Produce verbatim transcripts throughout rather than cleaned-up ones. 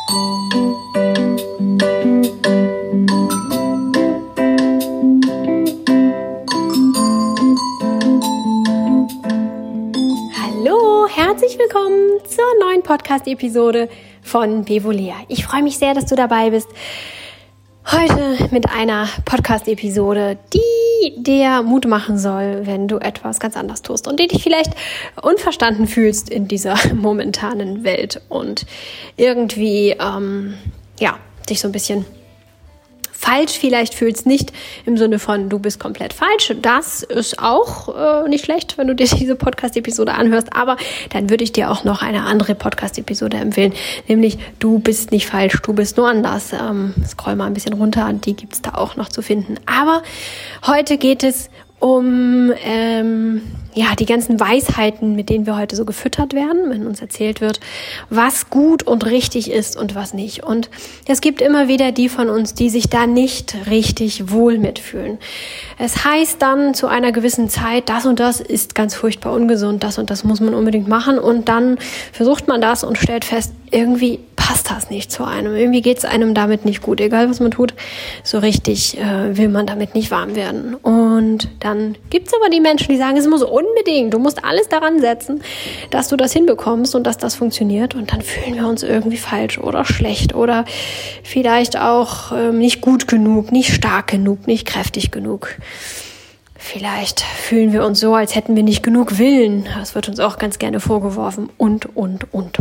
Hallo, herzlich willkommen zur neuen Podcast-Episode von Bevolea. Ich freue mich sehr, dass du dabei bist. Heute mit einer Podcast-Episode, die dir Mut machen soll, wenn du etwas ganz anders tust und die dich vielleicht unverstanden fühlst in dieser momentanen Welt und irgendwie, ähm, ja, dich so ein bisschen falsch vielleicht fühlst, nicht im Sinne von, du bist komplett falsch. Das ist auch äh, nicht schlecht, wenn du dir diese Podcast-Episode anhörst, aber dann würde ich dir auch noch eine andere Podcast-Episode empfehlen, nämlich du bist nicht falsch, du bist nur anders. Ähm, scroll mal ein bisschen runter, die gibt's da auch noch zu finden. Aber heute geht es um ähm, ja die ganzen Weisheiten, mit denen wir heute so gefüttert werden, wenn uns erzählt wird, was gut und richtig ist und was nicht. Und es gibt immer wieder die von uns, die sich da nicht richtig wohl mitfühlen. Es heißt dann zu einer gewissen Zeit, das und das ist ganz furchtbar ungesund, das und das muss man unbedingt machen, und dann versucht man das und stellt fest, irgendwie passt das nicht zu einem. Irgendwie geht es einem damit nicht gut. Egal, was man tut, so richtig äh, will man damit nicht warm werden. Und dann gibt es aber die Menschen, die sagen, es muss unbedingt, du musst alles daran setzen, dass du das hinbekommst und dass das funktioniert. Und dann fühlen wir uns irgendwie falsch oder schlecht oder vielleicht auch ähm, nicht gut genug, nicht stark genug, nicht kräftig genug. Vielleicht fühlen wir uns so, als hätten wir nicht genug Willen. Das wird uns auch ganz gerne vorgeworfen und, und, und.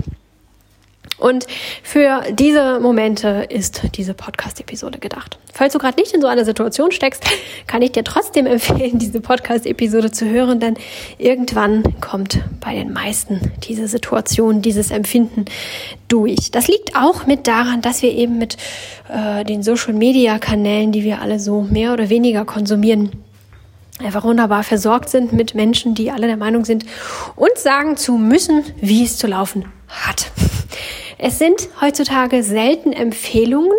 Und für diese Momente ist diese Podcast-Episode gedacht. Falls du gerade nicht in so einer Situation steckst, kann ich dir trotzdem empfehlen, diese Podcast-Episode zu hören, denn irgendwann kommt bei den meisten diese Situation, dieses Empfinden durch. Das liegt auch mit daran, dass wir eben mit äh, den Social-Media-Kanälen, die wir alle so mehr oder weniger konsumieren, einfach wunderbar versorgt sind mit Menschen, die alle der Meinung sind, uns sagen zu müssen, wie es zu laufen hat. Es sind heutzutage selten Empfehlungen,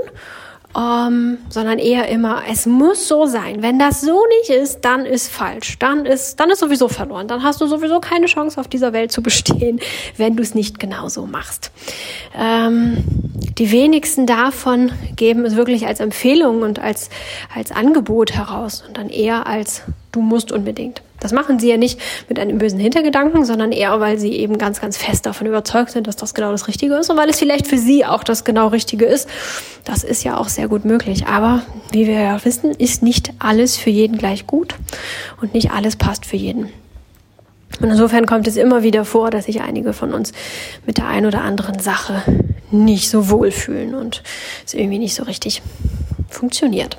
ähm, sondern eher immer, es muss so sein. Wenn das so nicht ist, dann ist falsch. Dann ist, dann ist sowieso verloren. Dann hast du sowieso keine Chance auf dieser Welt zu bestehen, wenn du es nicht genauso machst. Ähm, die wenigsten davon geben es wirklich als Empfehlung und als, als Angebot heraus und dann eher als du musst unbedingt. Das machen sie ja nicht mit einem bösen Hintergedanken, sondern eher, weil sie eben ganz, ganz fest davon überzeugt sind, dass das genau das Richtige ist und weil es vielleicht für sie auch das genau Richtige ist. Das ist ja auch sehr gut möglich. Aber wie wir ja wissen, ist nicht alles für jeden gleich gut und nicht alles passt für jeden. Und insofern kommt es immer wieder vor, dass sich einige von uns mit der einen oder anderen Sache nicht so wohlfühlen und es irgendwie nicht so richtig funktioniert.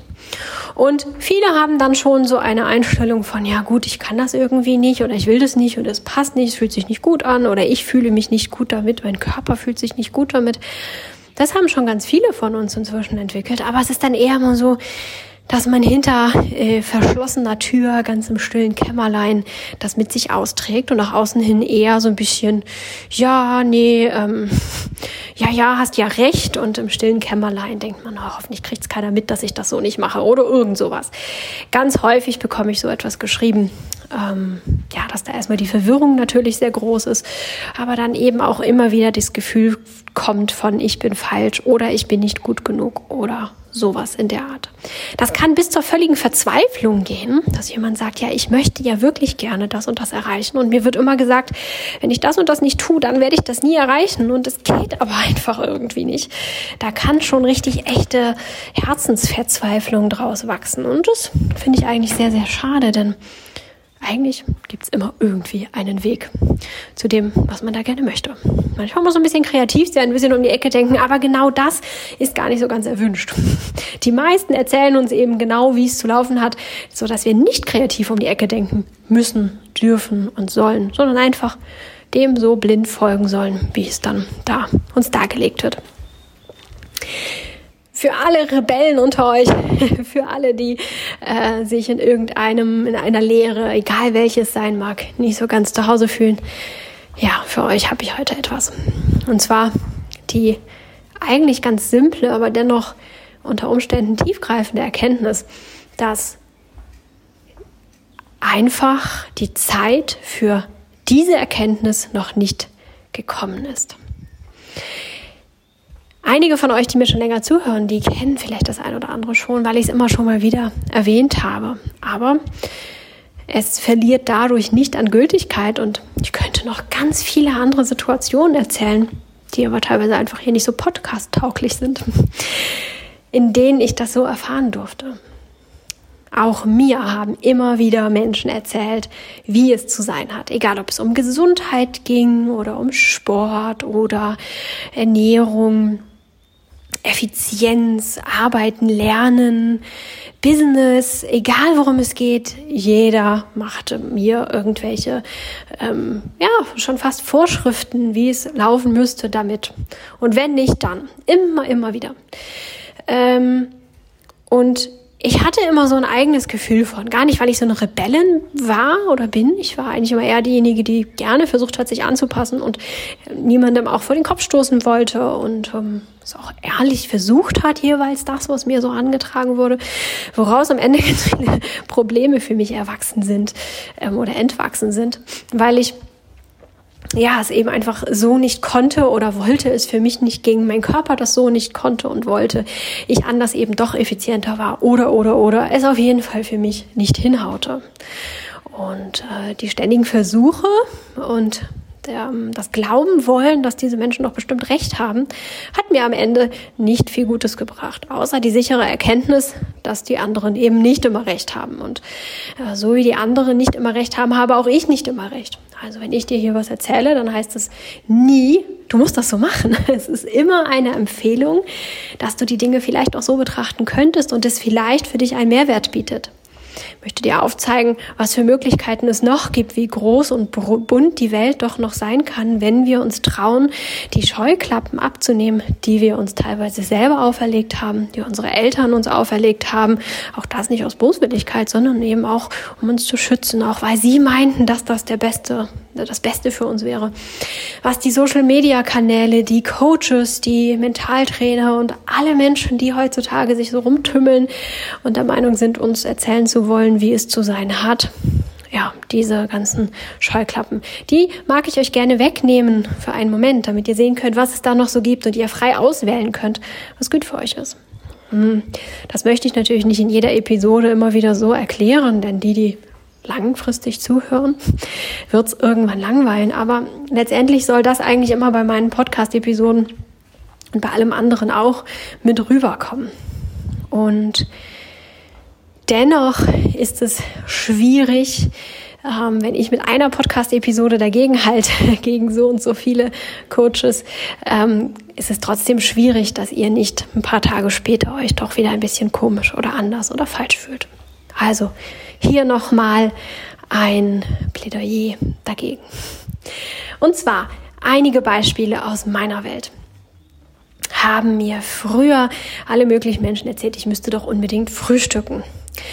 Und viele haben dann schon so eine Einstellung von, ja gut, ich kann das irgendwie nicht oder ich will das nicht und es passt nicht, es fühlt sich nicht gut an oder ich fühle mich nicht gut damit, mein Körper fühlt sich nicht gut damit. Das haben schon ganz viele von uns inzwischen entwickelt, aber es ist dann eher mal so, dass man hinter äh, verschlossener Tür, ganz im stillen Kämmerlein, das mit sich austrägt und nach außen hin eher so ein bisschen, ja, nee, ähm, ja, ja, hast ja recht, und im stillen Kämmerlein denkt man, oh, hoffentlich kriegt's keiner mit, dass ich das so nicht mache oder irgend sowas. Ganz häufig bekomme ich so etwas geschrieben, ähm, ja, dass da erstmal die Verwirrung natürlich sehr groß ist, aber dann eben auch immer wieder das Gefühl kommt von, ich bin falsch oder ich bin nicht gut genug oder sowas in der Art. Das kann bis zur völligen Verzweiflung gehen, dass jemand sagt, ja, ich möchte ja wirklich gerne das und das erreichen und mir wird immer gesagt, wenn ich das und das nicht tue, dann werde ich das nie erreichen und es geht aber einfach irgendwie nicht. Da kann schon richtig echte Herzensverzweiflung draus wachsen und das finde ich eigentlich sehr, sehr schade, denn eigentlich gibt es immer irgendwie einen Weg zu dem, was man da gerne möchte. Manchmal muss man ein bisschen kreativ sein, ein bisschen um die Ecke denken, aber genau das ist gar nicht so ganz erwünscht. Die meisten erzählen uns eben genau, wie es zu laufen hat, sodass wir nicht kreativ um die Ecke denken müssen, dürfen und sollen, sondern einfach dem so blind folgen sollen, wie es dann da uns dargelegt wird. Für alle Rebellen unter euch, für alle, die äh, sich in irgendeinem, in einer Lehre, egal welches sein mag, nicht so ganz zu Hause fühlen, ja, für euch habe ich heute etwas. Und zwar die eigentlich ganz simple, aber dennoch unter Umständen tiefgreifende Erkenntnis, dass einfach die Zeit für diese Erkenntnis noch nicht gekommen ist. Einige von euch, die mir schon länger zuhören, die kennen vielleicht das ein oder andere schon, weil ich es immer schon mal wieder erwähnt habe. Aber es verliert dadurch nicht an Gültigkeit und ich könnte noch ganz viele andere Situationen erzählen, die aber teilweise einfach hier nicht so podcast-tauglich sind, in denen ich das so erfahren durfte. Auch mir haben immer wieder Menschen erzählt, wie es zu sein hat. Egal, ob es um Gesundheit ging oder um Sport oder Ernährung, Effizienz, Arbeiten, Lernen, Business, egal worum es geht, jeder machte mir irgendwelche, ähm, ja, schon fast Vorschriften, wie es laufen müsste damit. Und wenn nicht, dann immer, immer wieder. Ähm, und ich hatte immer so ein eigenes Gefühl von, gar nicht, weil ich so eine Rebellin war oder bin. Ich war eigentlich immer eher diejenige, die gerne versucht hat, sich anzupassen und niemandem auch vor den Kopf stoßen wollte und ähm, es auch ehrlich versucht hat, jeweils das, was mir so angetragen wurde, woraus am Ende ganz viele Probleme für mich erwachsen sind ähm, oder entwachsen sind, weil ich ja, es eben einfach so nicht konnte oder wollte, es für mich nicht ging, mein Körper das so nicht konnte und wollte, ich anders eben doch effizienter war oder, oder, oder, es auf jeden Fall für mich nicht hinhaute. Und äh, die ständigen Versuche und der, das Glauben wollen, dass diese Menschen doch bestimmt recht haben, hat mir am Ende nicht viel Gutes gebracht, außer die sichere Erkenntnis, dass die anderen eben nicht immer recht haben. Und äh, so wie die anderen nicht immer recht haben, habe auch ich nicht immer recht. Also wenn ich dir hier was erzähle, dann heißt es nie, du musst das so machen. Es ist immer eine Empfehlung, dass du die Dinge vielleicht auch so betrachten könntest und es vielleicht für dich einen Mehrwert bietet. Ich möchte dir aufzeigen, was für Möglichkeiten es noch gibt, wie groß und bunt die Welt doch noch sein kann, wenn wir uns trauen, die Scheuklappen abzunehmen, die wir uns teilweise selber auferlegt haben, die unsere Eltern uns auferlegt haben. Auch das nicht aus Boswilligkeit, sondern eben auch, um uns zu schützen, auch weil sie meinten, dass das der Beste, das Beste für uns wäre. Was die Social-Media-Kanäle, die Coaches, die Mentaltrainer und alle Menschen, die heutzutage sich so rumtümmeln und der Meinung sind, uns erzählen zu wollen, wie es zu sein hat. Ja, diese ganzen Scheuklappen, die mag ich euch gerne wegnehmen für einen Moment, damit ihr sehen könnt, was es da noch so gibt und ihr frei auswählen könnt, was gut für euch ist. Das möchte ich natürlich nicht in jeder Episode immer wieder so erklären, denn die, die langfristig zuhören, wird es irgendwann langweilen. Aber letztendlich soll das eigentlich immer bei meinen Podcast-Episoden und bei allem anderen auch mit rüberkommen. Und dennoch ist es schwierig, ähm, wenn ich mit einer Podcast-Episode dagegen halte, gegen so und so viele Coaches, ähm, ist es trotzdem schwierig, dass ihr nicht ein paar Tage später euch doch wieder ein bisschen komisch oder anders oder falsch fühlt. Also hier nochmal ein Plädoyer dagegen. Und zwar einige Beispiele aus meiner Welt. Haben mir früher alle möglichen Menschen erzählt, ich müsste doch unbedingt frühstücken.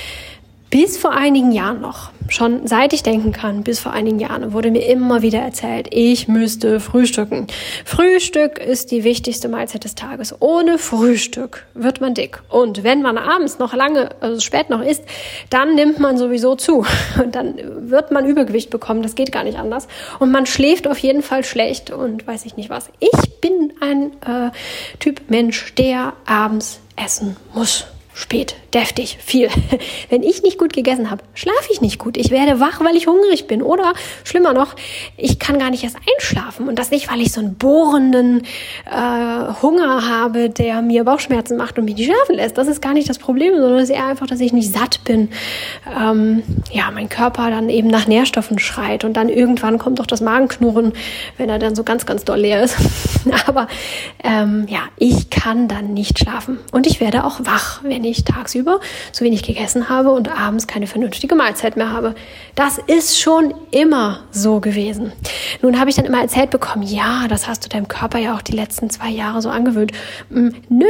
Bis vor einigen Jahren noch, schon seit ich denken kann, bis vor einigen Jahren wurde mir immer wieder erzählt, ich müsste frühstücken. Frühstück ist die wichtigste Mahlzeit des Tages. Ohne Frühstück wird man dick. Und wenn man abends noch lange, also spät noch isst, dann nimmt man sowieso zu. Und dann wird man Übergewicht bekommen, das geht gar nicht anders. Und man schläft auf jeden Fall schlecht und weiß ich nicht was. Ich bin ein äh, Typ Mensch, der abends essen muss. Spät, deftig, viel. Wenn ich nicht gut gegessen habe, schlafe ich nicht gut. Ich werde wach, weil ich hungrig bin. Oder schlimmer noch, ich kann gar nicht erst einschlafen. Und das nicht, weil ich so einen bohrenden äh, Hunger habe, der mir Bauchschmerzen macht und mich nicht schlafen lässt. Das ist gar nicht das Problem, sondern es ist eher einfach, dass ich nicht satt bin. Ähm, ja, mein Körper dann eben nach Nährstoffen schreit. Und dann irgendwann kommt auch das Magenknurren, wenn er dann so ganz, ganz doll leer ist. Aber ähm, ja, ich kann dann nicht schlafen. Und ich werde auch wach, wenn ich ich tagsüber zu wenig gegessen habe und abends keine vernünftige Mahlzeit mehr habe. Das ist schon immer so gewesen. Nun habe ich dann immer erzählt bekommen, ja, das hast du deinem Körper ja auch die letzten zwei Jahre so angewöhnt. Hm, nö,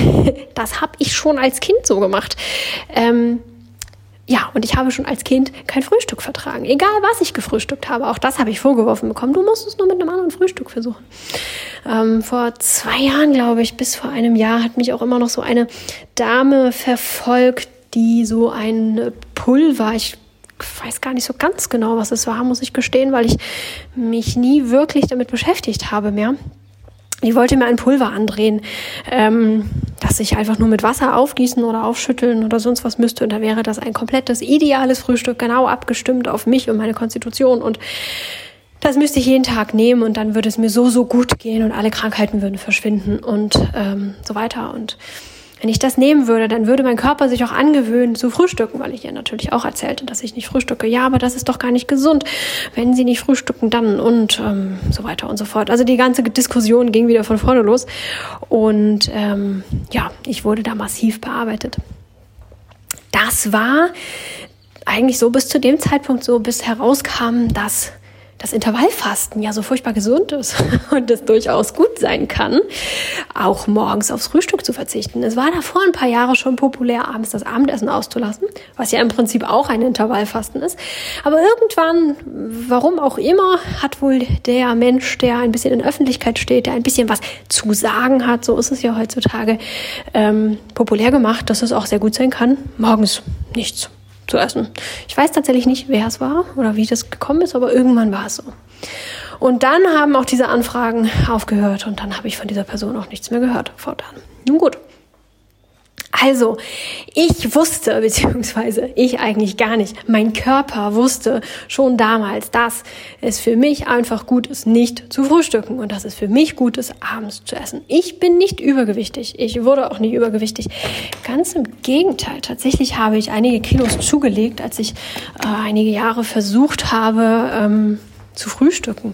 das habe ich schon als Kind so gemacht. Ähm, Ja, und ich habe schon als Kind kein Frühstück vertragen. Egal, was ich gefrühstückt habe. Auch das habe ich vorgeworfen bekommen. Du musst es nur mit einem anderen Frühstück versuchen. Ähm, vor zwei Jahren, glaube ich, bis vor einem Jahr hat mich auch immer noch so eine Dame verfolgt, die so ein Pulver, ich weiß gar nicht so ganz genau, was es war, muss ich gestehen, weil ich mich nie wirklich damit beschäftigt habe mehr. Die wollte mir ein Pulver andrehen, ähm, das ich einfach nur mit Wasser aufgießen oder aufschütteln oder sonst was müsste. Und da wäre das ein komplettes, ideales Frühstück, genau abgestimmt auf mich und meine Konstitution. Und das müsste ich jeden Tag nehmen und dann würde es mir so, so gut gehen und alle Krankheiten würden verschwinden und ähm, so weiter. Und wenn ich das nehmen würde, dann würde mein Körper sich auch angewöhnen zu frühstücken, weil ich ihr natürlich auch erzählte, dass ich nicht frühstücke. Ja, aber das ist doch gar nicht gesund. Wenn Sie nicht frühstücken, dann und ähm, so weiter und so fort. Also die ganze Diskussion ging wieder von vorne los. Und ähm, ja, ich wurde da massiv bearbeitet. Das war eigentlich so bis zu dem Zeitpunkt so, bis herauskam, dass das Intervallfasten ja so furchtbar gesund ist und es durchaus gut sein kann, auch morgens aufs Frühstück zu verzichten. Es war davor ein paar Jahre schon populär, abends das Abendessen auszulassen, was ja im Prinzip auch ein Intervallfasten ist. Aber irgendwann, warum auch immer, hat wohl der Mensch, der ein bisschen in der Öffentlichkeit steht, der ein bisschen was zu sagen hat, so ist es ja heutzutage, ähm, populär gemacht, dass es auch sehr gut sein kann, morgens nichts zu essen. Ich weiß tatsächlich nicht, wer es war oder wie das gekommen ist, aber irgendwann war es so. Und dann haben auch diese Anfragen aufgehört und dann habe ich von dieser Person auch nichts mehr gehört fortan. Nun gut. Also, ich wusste, beziehungsweise ich eigentlich gar nicht, mein Körper wusste schon damals, dass es für mich einfach gut ist, nicht zu frühstücken und dass es für mich gut ist, abends zu essen. Ich bin nicht übergewichtig, ich wurde auch nicht übergewichtig. Ganz im Gegenteil, tatsächlich habe ich einige Kilos zugelegt, als ich äh, einige Jahre versucht habe, ähm, zu frühstücken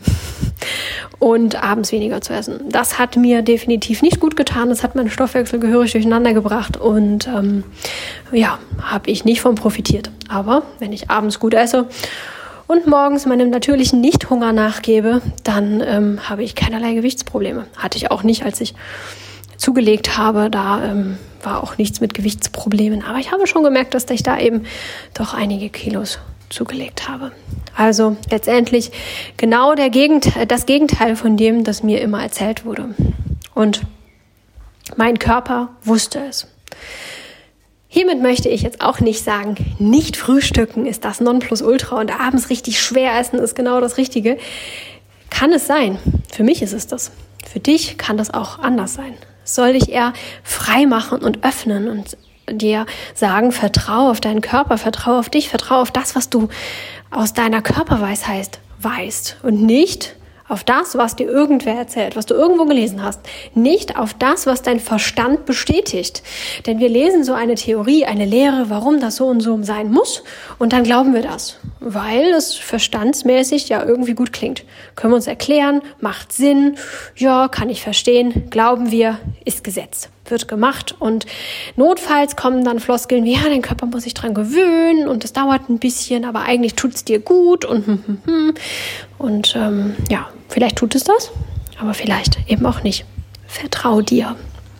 und abends weniger zu essen. Das hat mir definitiv nicht gut getan. Das hat meinen Stoffwechsel gehörig durcheinander gebracht und ähm, ja, habe ich nicht von profitiert. Aber wenn ich abends gut esse und morgens meinem natürlichen Nichthunger nachgebe, dann ähm, habe ich keinerlei Gewichtsprobleme. Hatte ich auch nicht, als ich zugelegt habe. Da ähm, war auch nichts mit Gewichtsproblemen. Aber ich habe schon gemerkt, dass ich da eben doch einige Kilos zugelegt habe. Also letztendlich genau der Gegend, das Gegenteil von dem, das mir immer erzählt wurde. Und mein Körper wusste es. Hiermit möchte ich jetzt auch nicht sagen, nicht frühstücken ist das Nonplusultra und abends richtig schwer essen ist genau das Richtige. Kann es sein. Für mich ist es das. Für dich kann das auch anders sein. Es soll dich eher frei machen und öffnen und dir sagen, vertraue auf deinen Körper, vertraue auf dich, vertraue auf das, was du aus deiner Körperweisheit weißt und nicht auf das, was dir irgendwer erzählt, was du irgendwo gelesen hast, nicht auf das, was dein Verstand bestätigt. Denn wir lesen so eine Theorie, eine Lehre, warum das so und so sein muss und dann glauben wir das, weil es verstandsmäßig ja irgendwie gut klingt. Können wir uns erklären, macht Sinn, ja, kann ich verstehen, glauben wir, ist Gesetz. Wird gemacht und notfalls kommen dann Floskeln wie, ja, dein Körper muss sich dran gewöhnen und es dauert ein bisschen, aber eigentlich tut's dir gut und hm, hm, hm. und ähm, ja, vielleicht tut es das, aber vielleicht eben auch nicht. Vertrau dir.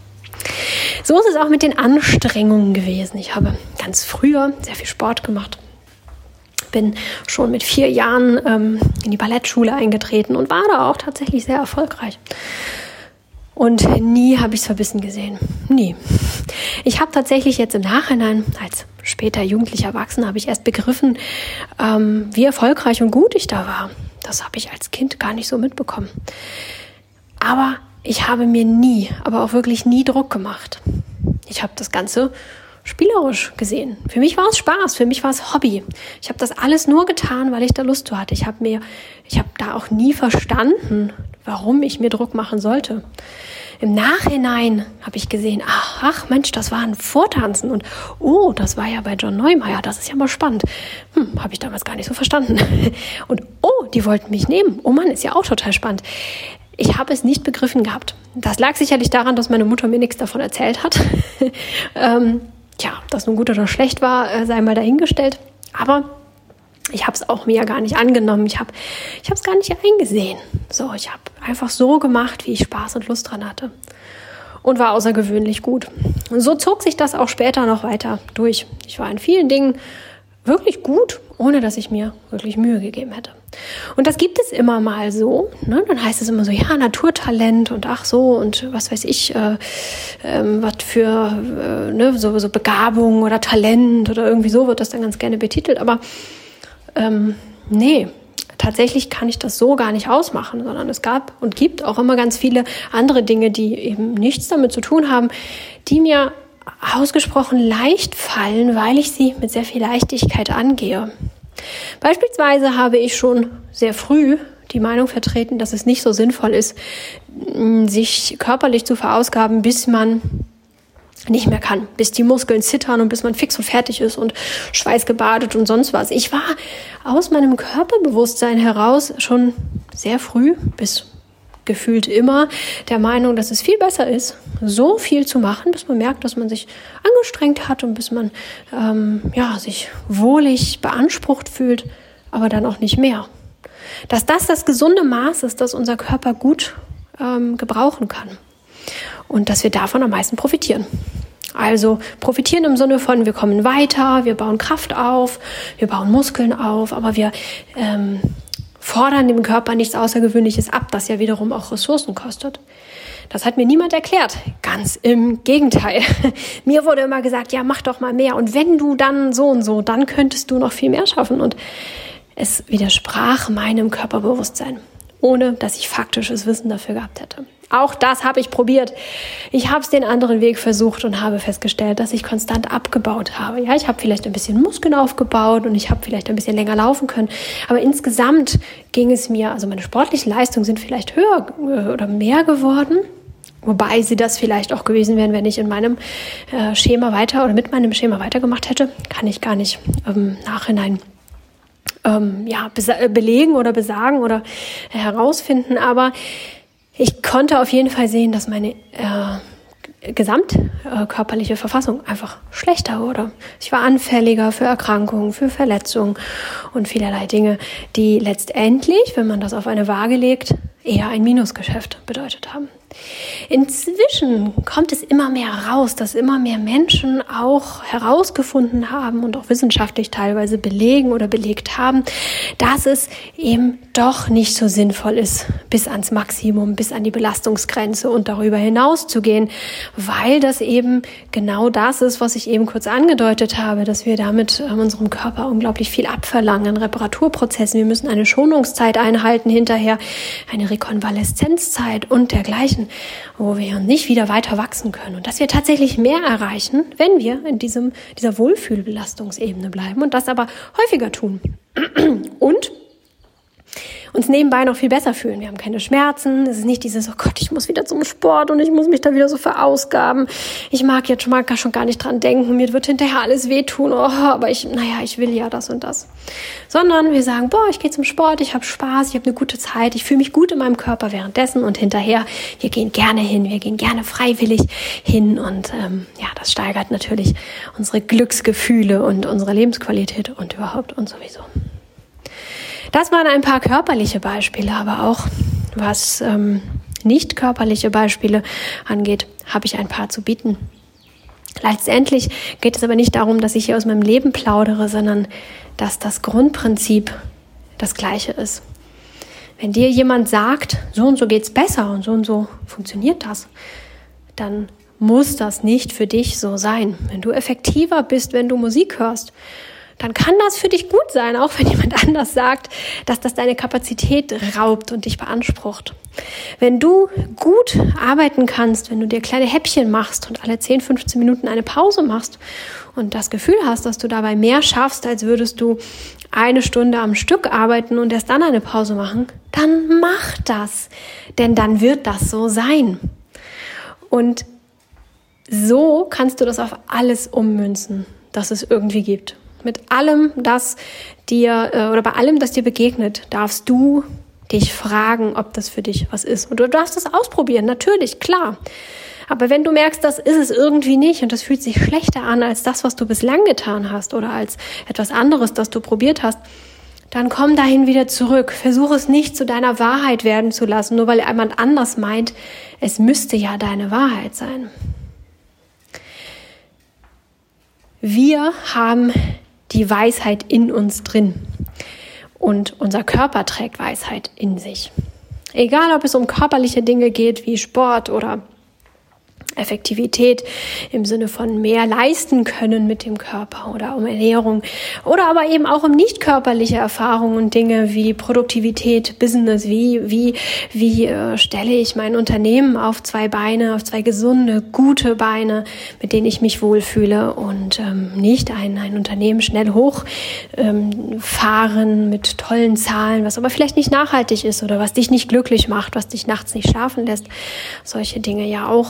So ist es auch mit den Anstrengungen gewesen. Ich habe ganz früher sehr viel Sport gemacht. Bin schon mit vier Jahren ähm, in die Ballettschule eingetreten und war da auch tatsächlich sehr erfolgreich. Und nie habe ich es verbissen gesehen. Nie. Ich habe tatsächlich jetzt im Nachhinein, als später jugendlicher Erwachsener, habe ich erst begriffen, ähm, wie erfolgreich und gut ich da war. Das habe ich als Kind gar nicht so mitbekommen. Aber ich habe mir nie, aber auch wirklich nie Druck gemacht. Ich habe das Ganze spielerisch gesehen. Für mich war es Spaß, für mich war es Hobby. Ich habe das alles nur getan, weil ich da Lust zu hatte. Ich habe mir, ich habe da auch nie verstanden, warum ich mir Druck machen sollte. Im Nachhinein habe ich gesehen, ach, ach Mensch, das war ein Vortanzen und oh, das war ja bei John Neumeier, das ist ja mal spannend. Hm, habe ich damals gar nicht so verstanden. Und oh, die wollten mich nehmen. Oh Mann, ist ja auch total spannend. Ich habe es nicht begriffen gehabt. Das lag sicherlich daran, dass meine Mutter mir nichts davon erzählt hat. ähm, tja, ob das nun gut oder schlecht war, sei mal dahingestellt. Aber ich habe es auch mir ja gar nicht angenommen. Ich habe ich habe es gar nicht eingesehen. So, ich habe einfach so gemacht, wie ich Spaß und Lust dran hatte. Und war außergewöhnlich gut. Und so zog sich das auch später noch weiter durch. Ich war in vielen Dingen wirklich gut, ohne dass ich mir wirklich Mühe gegeben hätte. Und das gibt es immer mal so. Ne? Dann heißt es immer so, ja, Naturtalent und ach so und was weiß ich, äh, ähm, was für äh, ne, so, so Begabung oder Talent oder irgendwie so wird das dann ganz gerne betitelt. Aber Ähm, nee, tatsächlich kann ich das so gar nicht ausmachen, sondern es gab und gibt auch immer ganz viele andere Dinge, die eben nichts damit zu tun haben, die mir ausgesprochen leicht fallen, weil ich sie mit sehr viel Leichtigkeit angehe. Beispielsweise habe ich schon sehr früh die Meinung vertreten, dass es nicht so sinnvoll ist, sich körperlich zu verausgaben, bis man nicht mehr kann, bis die Muskeln zittern und bis man fix und fertig ist und schweißgebadet und sonst was. Ich war aus meinem Körperbewusstsein heraus schon sehr früh bis gefühlt immer der Meinung, dass es viel besser ist, so viel zu machen, bis man merkt, dass man sich angestrengt hat und bis man ähm, ja, sich wohlig beansprucht fühlt, aber dann auch nicht mehr. Dass das das gesunde Maß ist, das unser Körper gut ähm, gebrauchen kann und dass wir davon am meisten profitieren. Also profitieren im Sinne von, wir kommen weiter, wir bauen Kraft auf, wir bauen Muskeln auf, aber wir ähm, fordern dem Körper nichts Außergewöhnliches ab, das ja wiederum auch Ressourcen kostet. Das hat mir niemand erklärt. Ganz im Gegenteil. Mir wurde immer gesagt, ja, mach doch mal mehr. Und wenn du dann so und so, dann könntest du noch viel mehr schaffen. Und es widersprach meinem Körperbewusstsein, ohne dass ich faktisches Wissen dafür gehabt hätte. Auch das habe ich probiert. Ich habe es den anderen Weg versucht und habe festgestellt, dass ich konstant abgebaut habe. Ja, ich habe vielleicht ein bisschen Muskeln aufgebaut und ich habe vielleicht ein bisschen länger laufen können. Aber insgesamt ging es mir, also meine sportlichen Leistungen sind vielleicht höher oder mehr geworden. Wobei sie das vielleicht auch gewesen wären, wenn ich in meinem äh, Schema weiter oder mit meinem Schema weitergemacht hätte. Kann ich gar nicht im Nachhinein ähm, ja, besa- belegen oder besagen oder äh, herausfinden. Aber ich konnte auf jeden Fall sehen, dass meine äh, gesamtkörperliche äh, Verfassung einfach schlechter wurde. Ich war anfälliger für Erkrankungen, für Verletzungen und vielerlei Dinge, die letztendlich, wenn man das auf eine Waage legt, eher ein Minusgeschäft bedeutet haben. Inzwischen kommt es immer mehr raus, dass immer mehr Menschen auch herausgefunden haben und auch wissenschaftlich teilweise belegen oder belegt haben, dass es eben doch nicht so sinnvoll ist, bis ans Maximum, bis an die Belastungsgrenze und darüber hinaus zu gehen, weil das eben genau das ist, was ich eben kurz angedeutet habe, dass wir damit unserem Körper unglaublich viel abverlangen an Reparaturprozessen. Wir müssen eine Schonungszeit einhalten hinterher, eine Rekonvaleszenzzeit und dergleichen, wo wir nicht wieder weiter wachsen können und dass wir tatsächlich mehr erreichen, wenn wir in diesem, dieser Wohlfühlbelastungsebene bleiben und das aber häufiger tun. Und uns nebenbei noch viel besser fühlen. Wir haben keine Schmerzen. Es ist nicht dieses, oh Gott, ich muss wieder zum Sport und ich muss mich da wieder so verausgaben. Ich mag jetzt schon mal gar schon gar nicht dran denken. Mir wird hinterher alles wehtun. Oh, aber ich, naja, ich will ja das und das. Sondern wir sagen, boah, ich gehe zum Sport, ich habe Spaß, ich habe eine gute Zeit, ich fühle mich gut in meinem Körper währenddessen und hinterher, wir gehen gerne hin, wir gehen gerne freiwillig hin und ähm, ja, das steigert natürlich unsere Glücksgefühle und unsere Lebensqualität und überhaupt und sowieso. Das waren ein paar körperliche Beispiele, aber auch was ähm, nicht körperliche Beispiele angeht, habe ich ein paar zu bieten. Letztendlich geht es aber nicht darum, dass ich hier aus meinem Leben plaudere, sondern dass das Grundprinzip das gleiche ist. Wenn dir jemand sagt, so und so geht's besser und so und so funktioniert das, dann muss das nicht für dich so sein. Wenn du effektiver bist, wenn du Musik hörst, dann kann das für dich gut sein, auch wenn jemand anders sagt, dass das deine Kapazität raubt und dich beansprucht. Wenn du gut arbeiten kannst, wenn du dir kleine Häppchen machst und alle zehn, fünfzehn Minuten eine Pause machst und das Gefühl hast, dass du dabei mehr schaffst, als würdest du eine Stunde am Stück arbeiten und erst dann eine Pause machen, dann mach das, denn dann wird das so sein. Und so kannst du das auf alles ummünzen, das es irgendwie gibt. Mit allem, das dir oder bei allem, das dir begegnet, darfst du dich fragen, ob das für dich was ist. Und du darfst es ausprobieren, natürlich, klar. Aber wenn du merkst, das ist es irgendwie nicht und das fühlt sich schlechter an als das, was du bislang getan hast oder als etwas anderes, das du probiert hast, dann komm dahin wieder zurück. Versuch es nicht zu deiner Wahrheit werden zu lassen, nur weil jemand anders meint, es müsste ja deine Wahrheit sein. Wir haben die Weisheit in uns drin und unser Körper trägt Weisheit in sich. Egal, ob es um körperliche Dinge geht wie Sport oder Effektivität im Sinne von mehr leisten können mit dem Körper oder um Ernährung oder aber eben auch um nicht körperliche Erfahrungen und Dinge wie Produktivität, Business, wie wie wie äh, stelle ich mein Unternehmen auf zwei Beine, auf zwei gesunde, gute Beine, mit denen ich mich wohlfühle und ähm, nicht ein ein Unternehmen schnell hoch ähm, fahren mit tollen Zahlen, was aber vielleicht nicht nachhaltig ist oder was dich nicht glücklich macht, was dich nachts nicht schlafen lässt. Solche Dinge ja auch.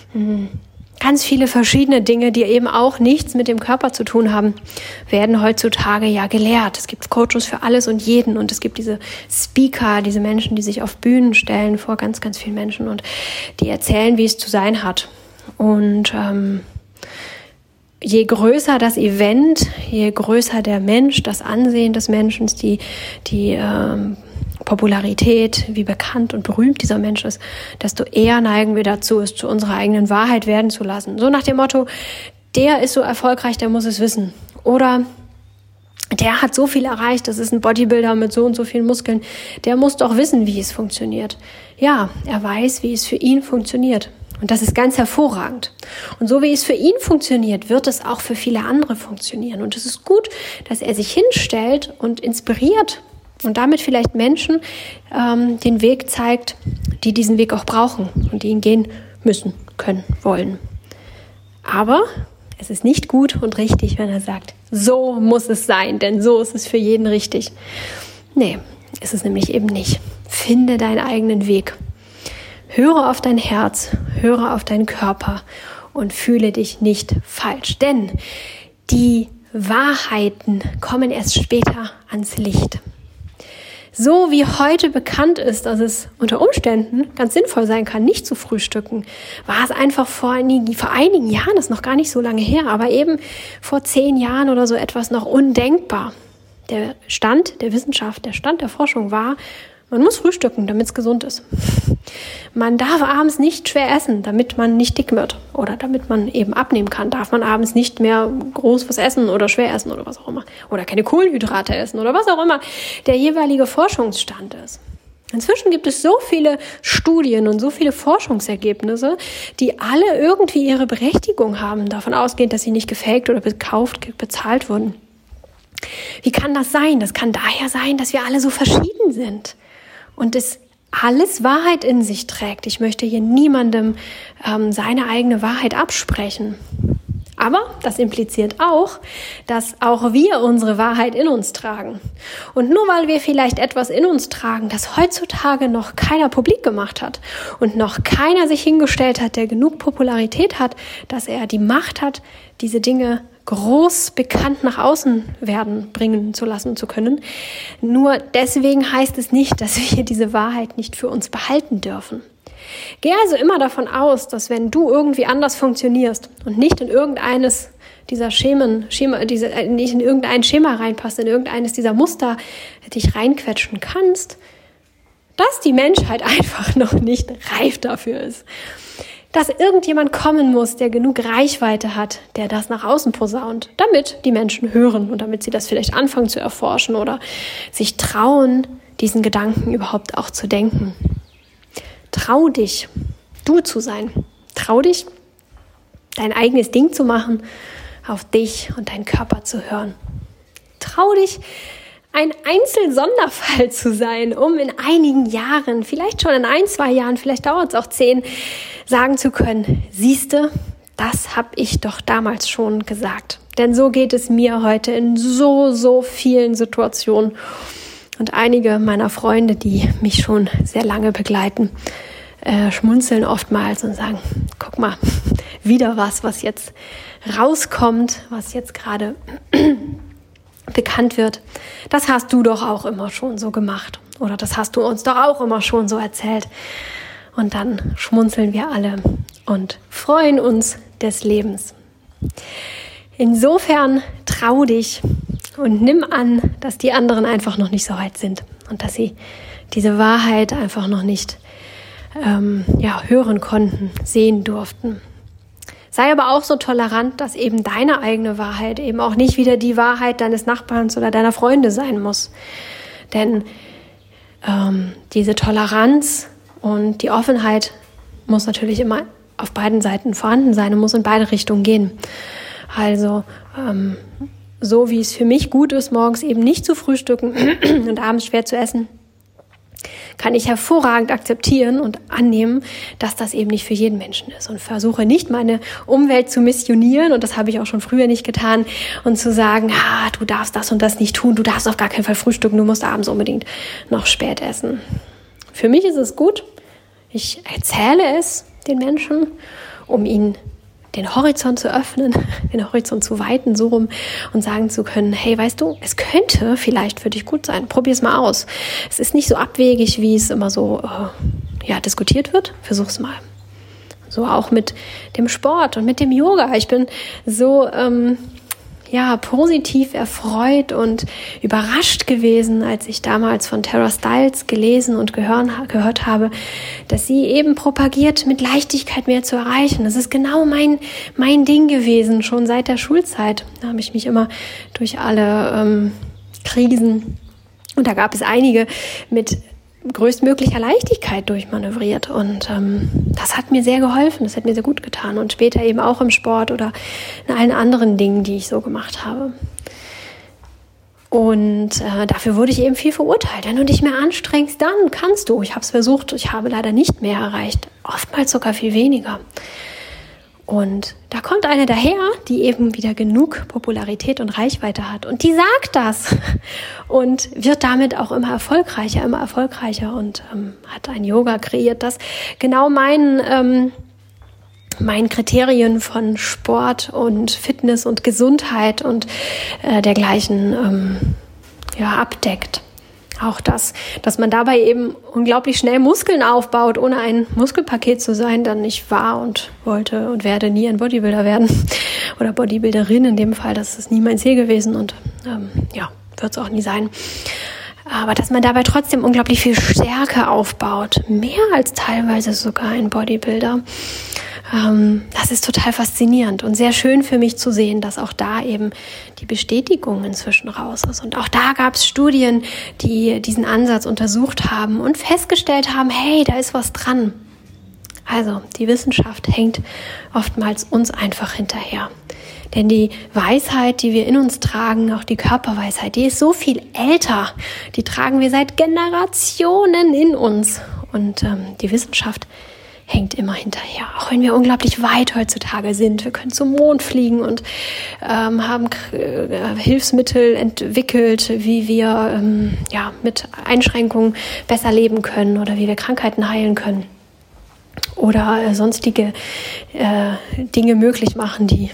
Ganz viele verschiedene Dinge, die eben auch nichts mit dem Körper zu tun haben, werden heutzutage ja gelehrt. Es gibt Coaches für alles und jeden und es gibt diese Speaker, diese Menschen, die sich auf Bühnen stellen vor ganz, ganz vielen Menschen und die erzählen, wie es zu sein hat. Und ähm, je größer das Event, je größer der Mensch, das Ansehen des Menschen, die, die ähm, Popularität, wie bekannt und berühmt dieser Mensch ist, desto eher neigen wir dazu, es zu unserer eigenen Wahrheit werden zu lassen. So nach dem Motto, der ist so erfolgreich, der muss es wissen. Oder der hat so viel erreicht, das ist ein Bodybuilder mit so und so vielen Muskeln, der muss doch wissen, wie es funktioniert. Ja, er weiß, wie es für ihn funktioniert. Und das ist ganz hervorragend. Und so wie es für ihn funktioniert, wird es auch für viele andere funktionieren. Und es ist gut, dass er sich hinstellt und inspiriert und damit vielleicht Menschen ähm, den Weg zeigt, die diesen Weg auch brauchen und die ihn gehen müssen, können, wollen. Aber es ist nicht gut und richtig, wenn er sagt, so muss es sein, denn so ist es für jeden richtig. Nee, ist es nämlich eben nicht. Finde deinen eigenen Weg. Höre auf dein Herz, höre auf deinen Körper und fühle dich nicht falsch. Denn die Wahrheiten kommen erst später ans Licht. So wie heute bekannt ist, dass es unter Umständen ganz sinnvoll sein kann, nicht zu frühstücken, war es einfach vor einigen, vor einigen Jahren, das ist noch gar nicht so lange her, aber eben vor zehn Jahren oder so etwas noch undenkbar. Der Stand der Wissenschaft, der Stand der Forschung war, man muss frühstücken, damit es gesund ist. Man darf abends nicht schwer essen, damit man nicht dick wird. Oder damit man eben abnehmen kann, darf man abends nicht mehr groß was essen oder schwer essen oder was auch immer. Oder keine Kohlenhydrate essen oder was auch immer der jeweilige Forschungsstand ist. Inzwischen gibt es so viele Studien und so viele Forschungsergebnisse, die alle irgendwie ihre Berechtigung haben, davon ausgehend, dass sie nicht gefaked oder gekauft, bezahlt wurden. Wie kann das sein? Das kann daher sein, dass wir alle so verschieden sind. Und es alles Wahrheit in sich trägt. Ich möchte hier niemandem ähm, seine eigene Wahrheit absprechen. Aber das impliziert auch, dass auch wir unsere Wahrheit in uns tragen. Und nur weil wir vielleicht etwas in uns tragen, das heutzutage noch keiner publik gemacht hat und noch keiner sich hingestellt hat, der genug Popularität hat, dass er die Macht hat, diese Dinge groß bekannt nach außen werden bringen zu lassen zu können. Nur deswegen heißt es nicht, dass wir diese Wahrheit nicht für uns behalten dürfen. Geh also immer davon aus, dass wenn du irgendwie anders funktionierst und nicht in irgendeines dieser Schemen, Schema, diese, nicht in irgendein Schema reinpasst, in irgendeines dieser Muster dich reinquetschen kannst, dass die Menschheit einfach noch nicht reif dafür ist. Dass irgendjemand kommen muss, der genug Reichweite hat, der das nach außen posaunt, damit die Menschen hören und damit sie das vielleicht anfangen zu erforschen oder sich trauen, diesen Gedanken überhaupt auch zu denken. Trau dich, du zu sein. Trau dich, dein eigenes Ding zu machen, auf dich und deinen Körper zu hören. Trau dich, ein Einzelsonderfall zu sein, um in einigen Jahren, vielleicht schon in ein, zwei Jahren, vielleicht dauert es auch zehn, sagen zu können, siehste, das habe ich doch damals schon gesagt. Denn so geht es mir heute in so, so vielen Situationen. Und einige meiner Freunde, die mich schon sehr lange begleiten, äh, schmunzeln oftmals und sagen, guck mal, wieder was, was jetzt rauskommt, was jetzt gerade bekannt wird. Das hast du doch auch immer schon so gemacht. Oder das hast du uns doch auch immer schon so erzählt. Und dann schmunzeln wir alle und freuen uns des Lebens. Insofern trau dich und nimm an, dass die anderen einfach noch nicht so weit sind und dass sie diese Wahrheit einfach noch nicht ähm, ja, hören konnten, sehen durften. Sei aber auch so tolerant, dass eben deine eigene Wahrheit eben auch nicht wieder die Wahrheit deines Nachbarns oder deiner Freunde sein muss. Denn ähm, diese Toleranz und die Offenheit muss natürlich immer auf beiden Seiten vorhanden sein und muss in beide Richtungen gehen. Also ähm, so wie es für mich gut ist, morgens eben nicht zu frühstücken und abends schwer zu essen, kann ich hervorragend akzeptieren und annehmen, dass das eben nicht für jeden Menschen ist und versuche nicht, meine Umwelt zu missionieren, und das habe ich auch schon früher nicht getan, und zu sagen, ah, du darfst das und das nicht tun, du darfst auf gar keinen Fall frühstücken, du musst abends unbedingt noch spät essen. Für mich ist es gut, ich erzähle es den Menschen, um ihnen den Horizont zu öffnen, den Horizont zu weiten, so rum, und sagen zu können, hey, weißt du, es könnte vielleicht für dich gut sein, probier es mal aus. Es ist nicht so abwegig, wie es immer so äh, ja, diskutiert wird, versuch's mal. So auch mit dem Sport und mit dem Yoga. Ich bin so ähm, ja, positiv erfreut und überrascht gewesen, als ich damals von Tara Stiles gelesen und gehören, gehört habe, dass sie eben propagiert, mit Leichtigkeit mehr zu erreichen. Das ist genau mein, mein Ding gewesen, schon seit der Schulzeit. Da habe ich mich immer durch alle ähm, Krisen, und da gab es einige, mit größtmöglicher Leichtigkeit durchmanövriert, und ähm, das hat mir sehr geholfen, das hat mir sehr gut getan, und später eben auch im Sport oder in allen anderen Dingen, die ich so gemacht habe. Und äh, dafür wurde ich eben viel verurteilt. Wenn du dich mehr anstrengst, dann kannst du. Ich habe es versucht, ich habe leider nicht mehr erreicht, oftmals sogar viel weniger. Und da kommt eine daher, die eben wieder genug Popularität und Reichweite hat. Und die sagt das und wird damit auch immer erfolgreicher, immer erfolgreicher und ähm, hat ein Yoga kreiert, das genau meinen, ähm, meinen Kriterien von Sport und Fitness und Gesundheit und äh, dergleichen ähm, ja, abdeckt. Auch das, dass man dabei eben unglaublich schnell Muskeln aufbaut, ohne ein Muskelpaket zu sein, dann nicht war und wollte und werde nie ein Bodybuilder werden oder Bodybuilderin in dem Fall. Das ist nie mein Ziel gewesen und ähm, ja, wird es auch nie sein. Aber dass man dabei trotzdem unglaublich viel Stärke aufbaut, mehr als teilweise sogar ein Bodybuilder, ähm, das ist total faszinierend und sehr schön für mich zu sehen, dass auch da eben die Bestätigung inzwischen raus ist. Und auch da gab es Studien, die diesen Ansatz untersucht haben und festgestellt haben, hey, da ist was dran. Also die Wissenschaft hängt oftmals uns einfach hinterher. Denn die Weisheit, die wir in uns tragen, auch die Körperweisheit, die ist so viel älter. Die tragen wir seit Generationen in uns. Und ähm, die Wissenschaft hängt immer hinterher. Auch wenn wir unglaublich weit heutzutage sind. Wir können zum Mond fliegen und ähm, haben äh, Hilfsmittel entwickelt, wie wir ähm, ja, mit Einschränkungen besser leben können oder wie wir Krankheiten heilen können. Oder äh, sonstige äh, Dinge möglich machen, die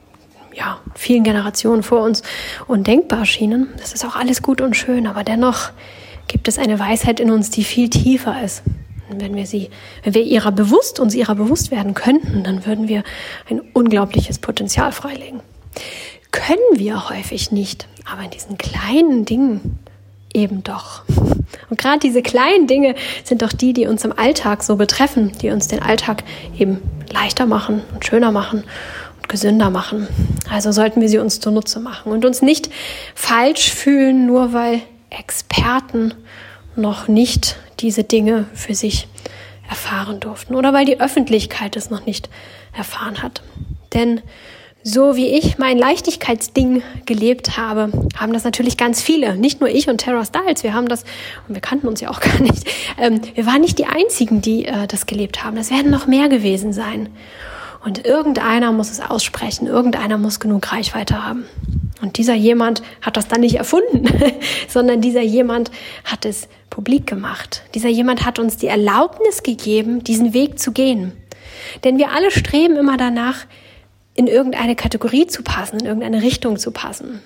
ja, vielen Generationen vor uns undenkbar schienen. Das ist auch alles gut und schön, aber dennoch gibt es eine Weisheit in uns, die viel tiefer ist. Und wenn wir sie, wenn wir ihrer bewusst, uns ihrer bewusst werden könnten, dann würden wir ein unglaubliches Potenzial freilegen. Können wir häufig nicht, aber in diesen kleinen Dingen eben doch. Und gerade diese kleinen Dinge sind doch die, die uns im Alltag so betreffen, die uns den Alltag eben leichter machen und schöner machen, gesünder machen. Also sollten wir sie uns zunutze machen und uns nicht falsch fühlen, nur weil Experten noch nicht diese Dinge für sich erfahren durften oder weil die Öffentlichkeit es noch nicht erfahren hat. Denn so wie ich mein Leichtigkeitsding gelebt habe, haben das natürlich ganz viele. Nicht nur ich und Tara Stiles, wir haben das, und wir kannten uns ja auch gar nicht, ähm, wir waren nicht die Einzigen, die äh, das gelebt haben. Es werden noch mehr gewesen sein. Und irgendeiner muss es aussprechen, irgendeiner muss genug Reichweite haben. Und dieser jemand hat das dann nicht erfunden, sondern dieser jemand hat es publik gemacht. Dieser jemand hat uns die Erlaubnis gegeben, diesen Weg zu gehen. Denn wir alle streben immer danach, in irgendeine Kategorie zu passen, in irgendeine Richtung zu passen.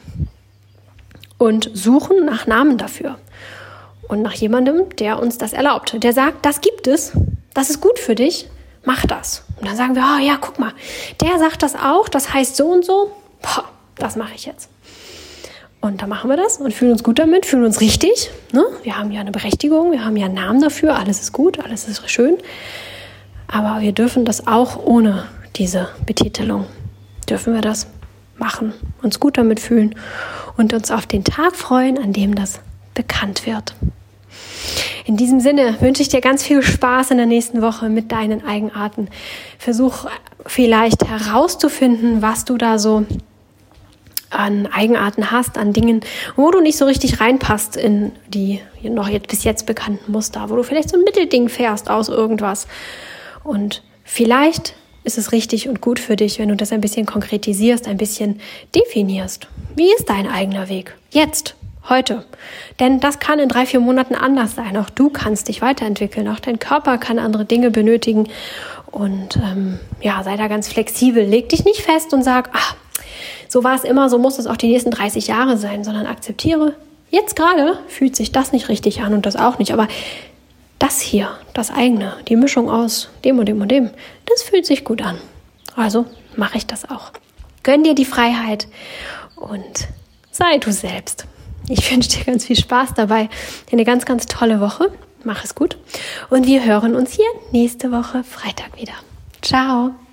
Und suchen nach Namen dafür. Und nach jemandem, der uns das erlaubt. Der sagt, das gibt es, das ist gut für dich, mach das. Und dann sagen wir, oh ja, guck mal, der sagt das auch, das heißt so und so, boah, das mache ich jetzt. Und dann machen wir das und fühlen uns gut damit, fühlen uns richtig. Ne? Wir haben ja eine Berechtigung, wir haben ja einen Namen dafür, alles ist gut, alles ist schön. Aber wir dürfen das auch ohne diese Betitelung, dürfen wir das machen, uns gut damit fühlen und uns auf den Tag freuen, an dem das bekannt wird. In diesem Sinne wünsche ich dir ganz viel Spaß in der nächsten Woche mit deinen Eigenarten. Versuch vielleicht herauszufinden, was du da so an Eigenarten hast, an Dingen, wo du nicht so richtig reinpasst in die noch jetzt, bis jetzt bekannten Muster, wo du vielleicht so ein Mittelding fährst aus irgendwas. Und vielleicht ist es richtig und gut für dich, wenn du das ein bisschen konkretisierst, ein bisschen definierst. Wie ist dein eigener Weg? Jetzt, heute. Denn das kann in drei, vier Monaten anders sein. Auch du kannst dich weiterentwickeln. Auch dein Körper kann andere Dinge benötigen. Und ähm, ja, sei da ganz flexibel. Leg dich nicht fest und sag, ach, so war es immer, so muss es auch die nächsten dreißig Jahre sein, sondern akzeptiere, jetzt gerade fühlt sich das nicht richtig an und das auch nicht, aber das hier, das eigene, die Mischung aus dem und dem und dem, das fühlt sich gut an. Also mache ich das auch. Gönn dir die Freiheit und sei du selbst. Ich wünsche dir ganz viel Spaß dabei, eine ganz, ganz tolle Woche. Mach es gut und wir hören uns hier nächste Woche Freitag wieder. Ciao.